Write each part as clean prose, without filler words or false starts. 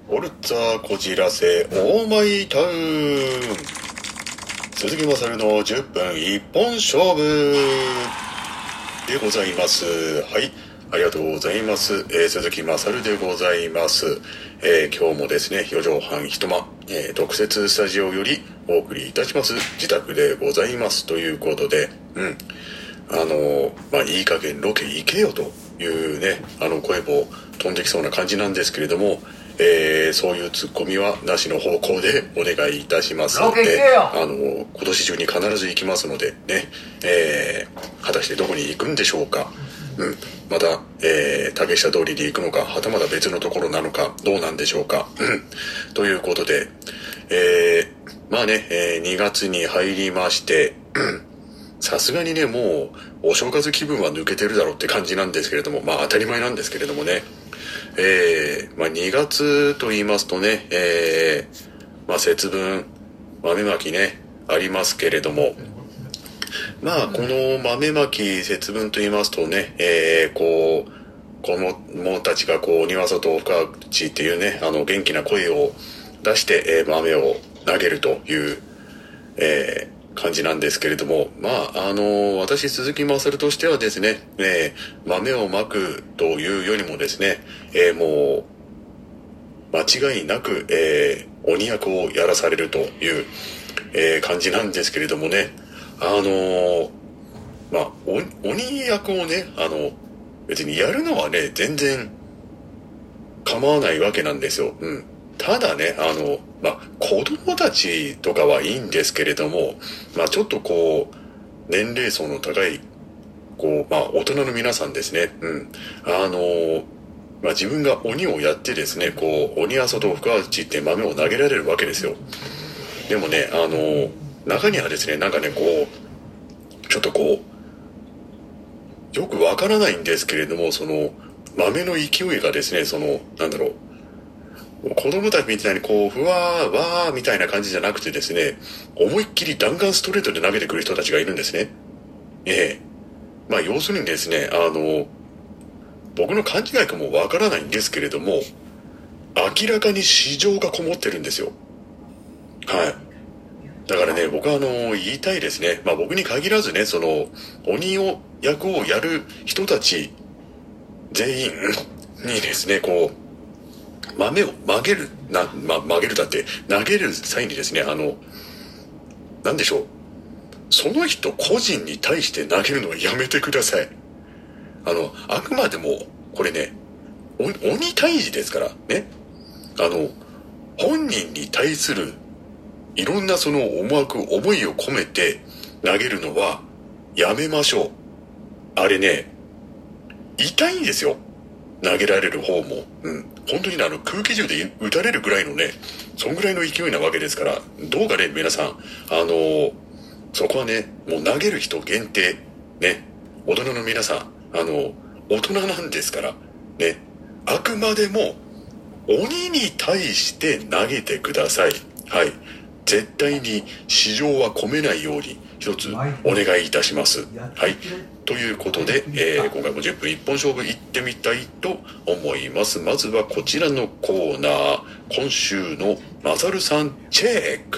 オルツァこじらせオーマイタウン、鈴木まさるの10分一本勝負でございます。はい、ありがとうございます。鈴木まさるでございます。今日もですね、4畳半一間、特設スタジオよりお送りいたします自宅でございますということで、いい加減ロケ行けよというね、声も飛んできそうな感じなんですけれども、そういうツッコミはなしの方向でお願いいたしますので、今年中に必ず行きますのでね、果たしてどこに行くんでしょうか。また、竹下通りに行くのか、はたまた別のところなのか、どうなんでしょうか。ということで、2月に入りまして、さすがにね、もうお正月気分は抜けてるだろうって感じなんですけれども、当たり前なんですけれどもね、2月と言いますとね、節分、豆まきね、ありますけれども、この豆まき節分と言いますとね、子供たちが庭外深口っていうね、元気な声を出して、豆を投げるという、感じなんですけれども、私鈴木まさるとしてはですね、豆をまくというよりもですね、もう間違いなく、鬼役をやらされるという、感じなんですけれどもね、鬼役をね、別にやるのはね、全然構わないわけなんですよ。ただね、子供たちとかはいいんですけれども、ちょっと年齢層の高い、大人の皆さんですね。自分が鬼をやってですね、鬼は外深内って豆を投げられるわけですよ。でもね、中にはですね、ちょっとよくわからないんですけれども、その、豆の勢いがですね、子供たちみたいにふわーわーみたいな感じじゃなくてですね、思いっきり弾丸ストレートで投げてくる人たちがいるんですね。要するにですね、僕の勘違いかもわからないんですけれども、明らかに私情がこもってるんですよ。はい。だからね、僕は言いたいですね。僕に限らずね、鬼役をやる人たち全員にですね、豆を曲げるだって投げる際にですね、なんでしょう、その人個人に対して投げるのはやめてください。あくまでもこれね、鬼退治ですからね。本人に対するいろんなその思いを込めて投げるのはやめましょう。あれね、痛いんですよ、投げられる方も。本当に空気銃で撃たれるぐらいのね、そんぐらいの勢いなわけですから、どうかね、皆さん、そこはね、もう投げる人限定、ね、大人の皆さん、大人なんですから、ね、あくまでも、鬼に対して投げてください。はい。絶対に市場は込めないように、一つお願いいたします。はい。ということで、今回も10分一本勝負行ってみたいと思います。まずはこちらのコーナー、今週のまさるさんチェック。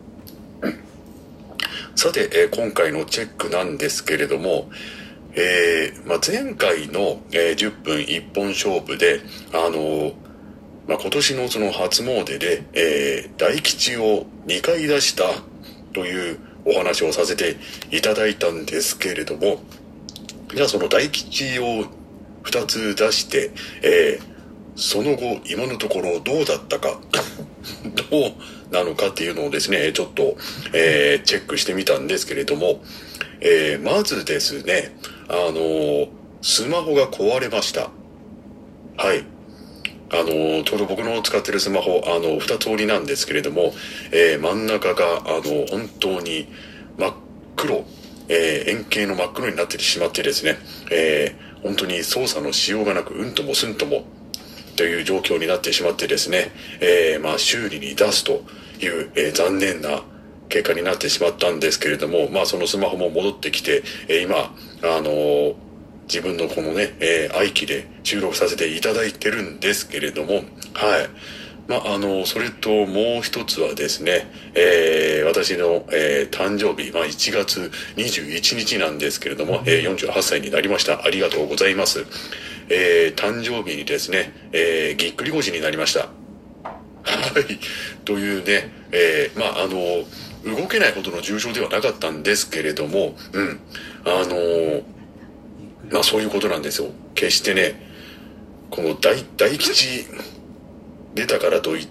さて、今回のチェックなんですけれども、前回の、10分一本勝負で、今年のその初詣で、大吉を2回出したというお話をさせていただいたんですけれども、じゃあその大吉を2つ出して、その後今のところどうだったかどうなのかっていうのをですね、ちょっと、チェックしてみたんですけれども、まずですね、スマホが壊れました。はい。ちょうど僕の使ってるスマホ、二つ折りなんですけれども、真ん中が、本当に真っ黒、円形の真っ黒になってしまってですね、本当に操作のしようがなく、うんともすんとも、という状況になってしまってですね、修理に出すという、残念な結果になってしまったんですけれども、そのスマホも戻ってきて、今、自分のこのね、愛機で収録させていただいてるんですけれども、はい。 それともう一つはですね、私の、誕生日、1月21日なんですけれども、48歳になりました。ありがとうございます。誕生日にですね、ぎっくり腰になりました。はい。というね、動けないほどの重症ではなかったんですけれども、そういうことなんですよ。決してね、この大吉出たからといって、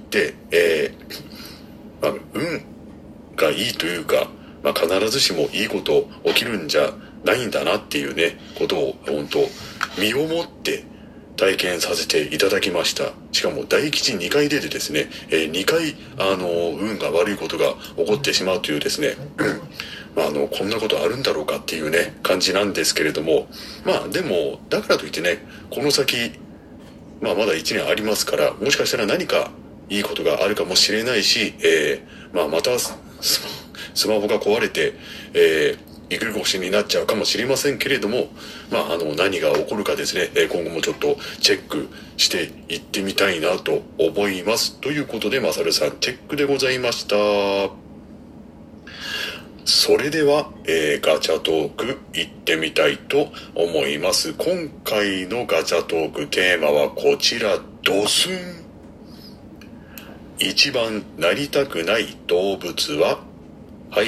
運がいいというか、必ずしもいいこと起きるんじゃないんだなっていうね、ことを本当身をもって体験させていただきました。しかも大吉2回出てですね、2回、運が悪いことが起こってしまうというですね、こんなことあるんだろうかっていうね、感じなんですけれども、でも、だからといってね、この先、まだ1年ありますから、もしかしたら何かいいことがあるかもしれないし、またスマホが壊れて、ぎっくり腰になっちゃうかもしれませんけれども、何が起こるかですね、今後もちょっとチェックしていってみたいなと思います。ということで、まさるさんチェックでございました。それでは、ガチャトーク行ってみたいと思います。今回のガチャトークテーマはこちら、ドスン。一番なりたくない動物は、はい、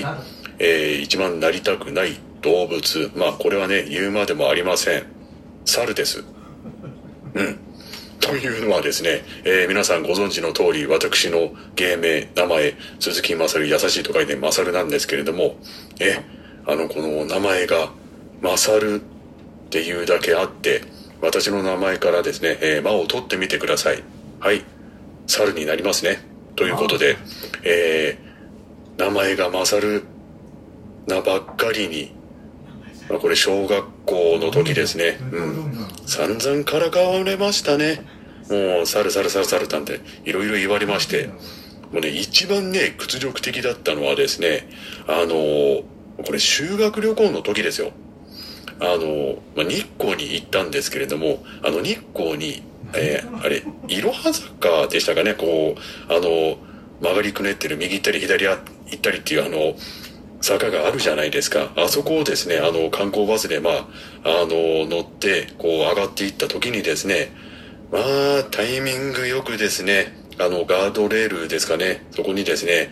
一番なりたくない動物。これはね、言うまでもありません。猿です。というのはですね、皆さんご存知の通り、私の芸名、名前、鈴木勝、優しいと書いて勝なんですけれども、この名前が勝っていうだけあって、私の名前からですね、間を取ってみてください。はい、猿になりますね。ということで、名前が勝なばっかりに、これ小学校の時ですね、散々からかわれましたね。もう猿なんていろいろ言われまして、もうね、一番ね屈辱的だったのはですね、これ修学旅行の時ですよ。日光に行ったんですけれども、日光にいろは坂でしたかね、こう曲がりくねってる右行ったり左行ったりっていう坂があるじゃないですか。あそこをですね、観光バスで乗ってこう上がっていった時にですね、タイミングよくですね、ガードレールですかね、そこにですね、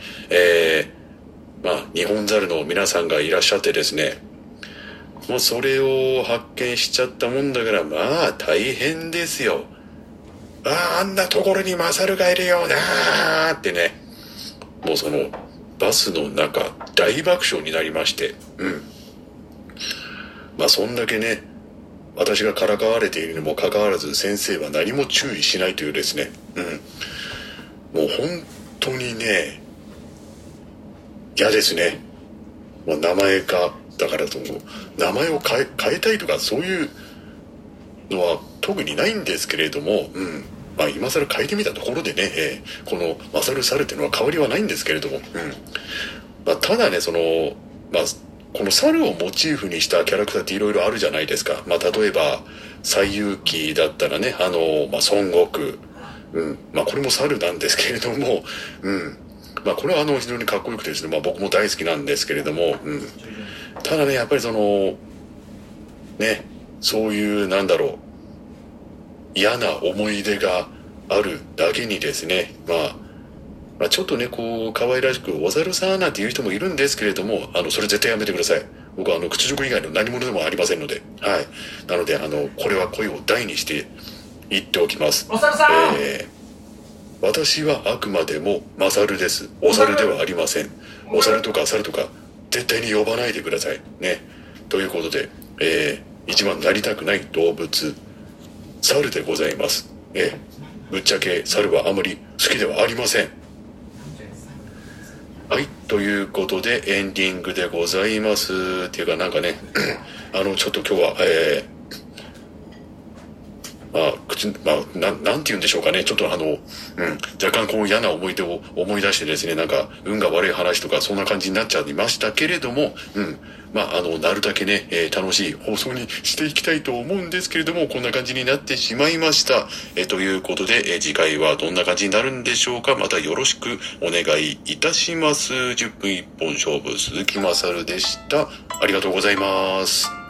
日本猿の皆さんがいらっしゃってですね、もうそれを発見しちゃったもんだから、大変ですよ。あんなところにマサルがいるよなーってね、もうそのバスの中大爆笑になりまして、そんだけね、私がからかわれているにもかかわらず先生は何も注意しないというですね、もう本当にね、嫌ですね。もう名前がだからと名前を変えたいとかそういうのは特にないんですけれども、今更変えてみたところでね、このマサル猿っていうのは変わりはないんですけれども、ただね、この猿をモチーフにしたキャラクターっていろいろあるじゃないですか。例えば西遊記だったらね、孫悟空、これも猿なんですけれども、これは非常にかっこよくてですね、僕も大好きなんですけれども、ただね、やっぱりそういう嫌な思い出があるだけにですね、ちょっとね、こう可愛らしくお猿さんなんていう人もいるんですけれども、それ絶対やめてください。僕は屈辱以外の何者でもありませんので、はい。なのでこれは声を大にして言っておきます。 お猿さん、 私はあくまでもマサルです。お猿ではありません。お猿とか猿とか絶対に呼ばないでくださいね。ということで、一番なりたくない動物、猿でございます。ぶっちゃけ猿はあまり好きではありません。はい、ということでエンディングでございます。っていうかちょっと今日は、 なんて言うんでしょうかね。ちょっと若干こう嫌な思い出を思い出してですね、なんか運が悪い話とかそんな感じになっちゃいましたけれども、なるだけね、楽しい放送にしていきたいと思うんですけれども、こんな感じになってしまいました。ということで、次回はどんな感じになるんでしょうか。またよろしくお願いいたします。10分一本勝負、鈴木まさるでした。ありがとうございます。